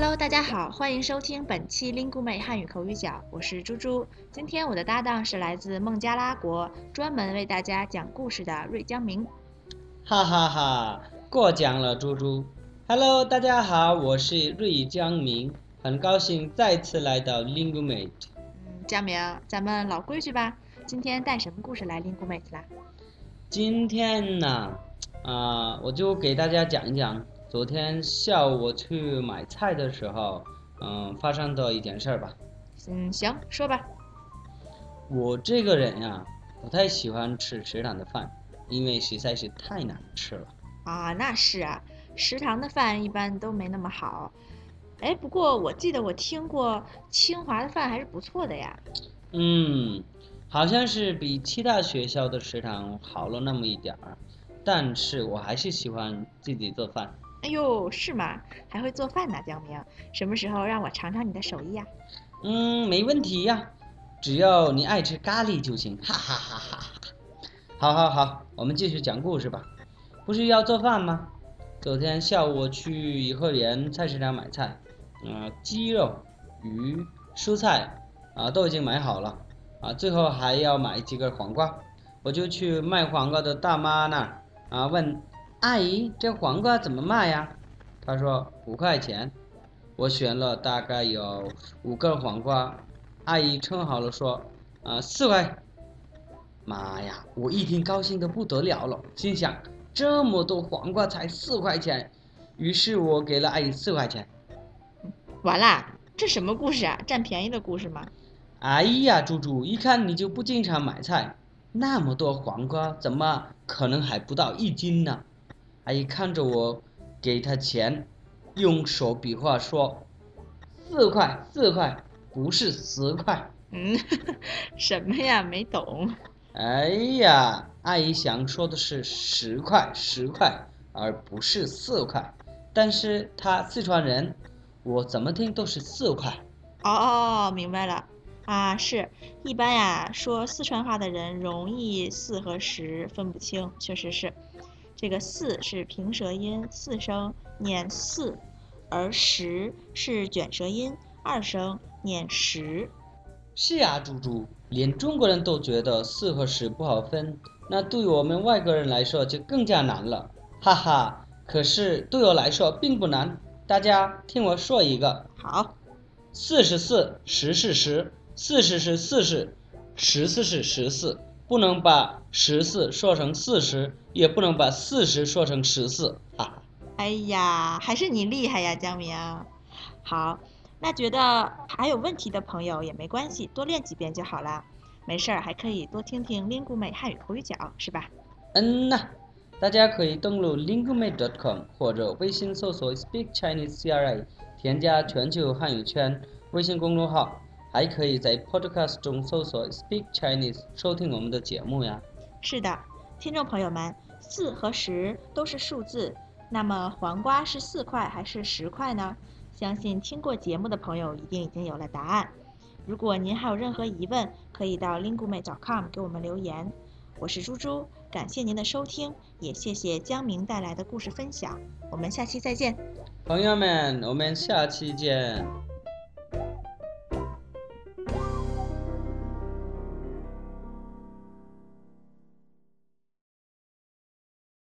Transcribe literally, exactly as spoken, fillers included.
Hello，大家好，欢迎收听本期 Lingume 汉语口语角，我是猪猪。今天我的搭档是来自孟加拉国，专门为大家讲故事的瑞江明。 哈哈哈，过奖了，猪猪。Hello， 大家好，我是瑞江明，很高兴再次来到 Lingume。 嗯，江明，咱们老规矩吧，今天带什么故事来 Lingume 啦？ 今天呢，啊、我就给大家讲一讲昨天下午我去买菜的时候，嗯、发生的一件事儿吧。 嗯，行，说吧。 我这个人呀，不太喜欢吃食堂的饭，因为实在是太难吃了。 啊，那是啊，食堂的饭一般都没那么好。哎，不过我记得我听过清华的饭还是不错的呀。 嗯，好像是比其他学校的食堂好了那么一点儿，但是我还是喜欢自己做饭。 哎呦，是吗？还会做饭呢，江明。什么时候让我尝尝你的手艺呀？ 嗯，没问题呀，只要你爱吃咖喱就行，哈哈哈哈哈。好好好，我们继续讲故事吧。不是要做饭吗？昨天下午我去颐和园菜市场买菜，啊、鸡肉、鱼、蔬菜啊、都已经买好了啊，最后还要买几根黄瓜，我就去卖黄瓜的大妈那儿啊问阿姨这黄瓜怎么卖呀？她说五块钱。我选了大概有五根黄瓜，阿姨称好了说啊、四块。妈呀！我一听高兴的不得了了，心想这么多黄瓜才四块钱，于是我给了阿姨四块钱。 完啦，这什么故事啊？占便宜的故事吗？ 哎呀，猪猪，一看你就不经常买菜，那么多黄瓜怎么可能还不到一斤呢？阿姨看着我给她钱，用手比划说四块四块，不是十块。 嗯，什么呀？没懂。 哎呀，阿姨想说的是十块十块，而不是四块。但是她四川人，我怎么听都是四块。 哦哦，明白了。啊，是，一般呀，说四川话的人容易四和十分不清，确实是。这个四是平舌音，四声念四，而十是卷舌音，二声念十。 是呀，猪猪，连中国人都觉得四和十不好分，那对我们外国人来说就更加难了，哈哈。可是对我来说并不难，大家听我说一个： 好， 四是四，十是十，四十是四十，十四是十四，不能把十四说成四十，也不能把四十说成十四，哈哈。 哎呀，还是你厉害呀，江明。好，那觉得还有问题的朋友也没关系，多练几遍就好了。没事儿，还可以多听听 Lingu 美汉语口语角，是吧？ 嗯呐，大家可以登录 linguemate dot com 或者微信搜索 Speak Chinese C R I， 添加全球汉语圈微信公众号，还可以在 Podcast 中搜索 Speak Chinese 收听我们的节目呀。 是的，听众朋友们，四和十都是数字，那么黄瓜是四块还是十块呢？相信听过节目的朋友一定已经有了答案。如果您还有任何疑问，可以到 linguemate dot com 给我们留言。我是猪猪，感谢您的收听，也谢谢江明带来的故事分享。我们下期再见。 朋友们，我们下期见。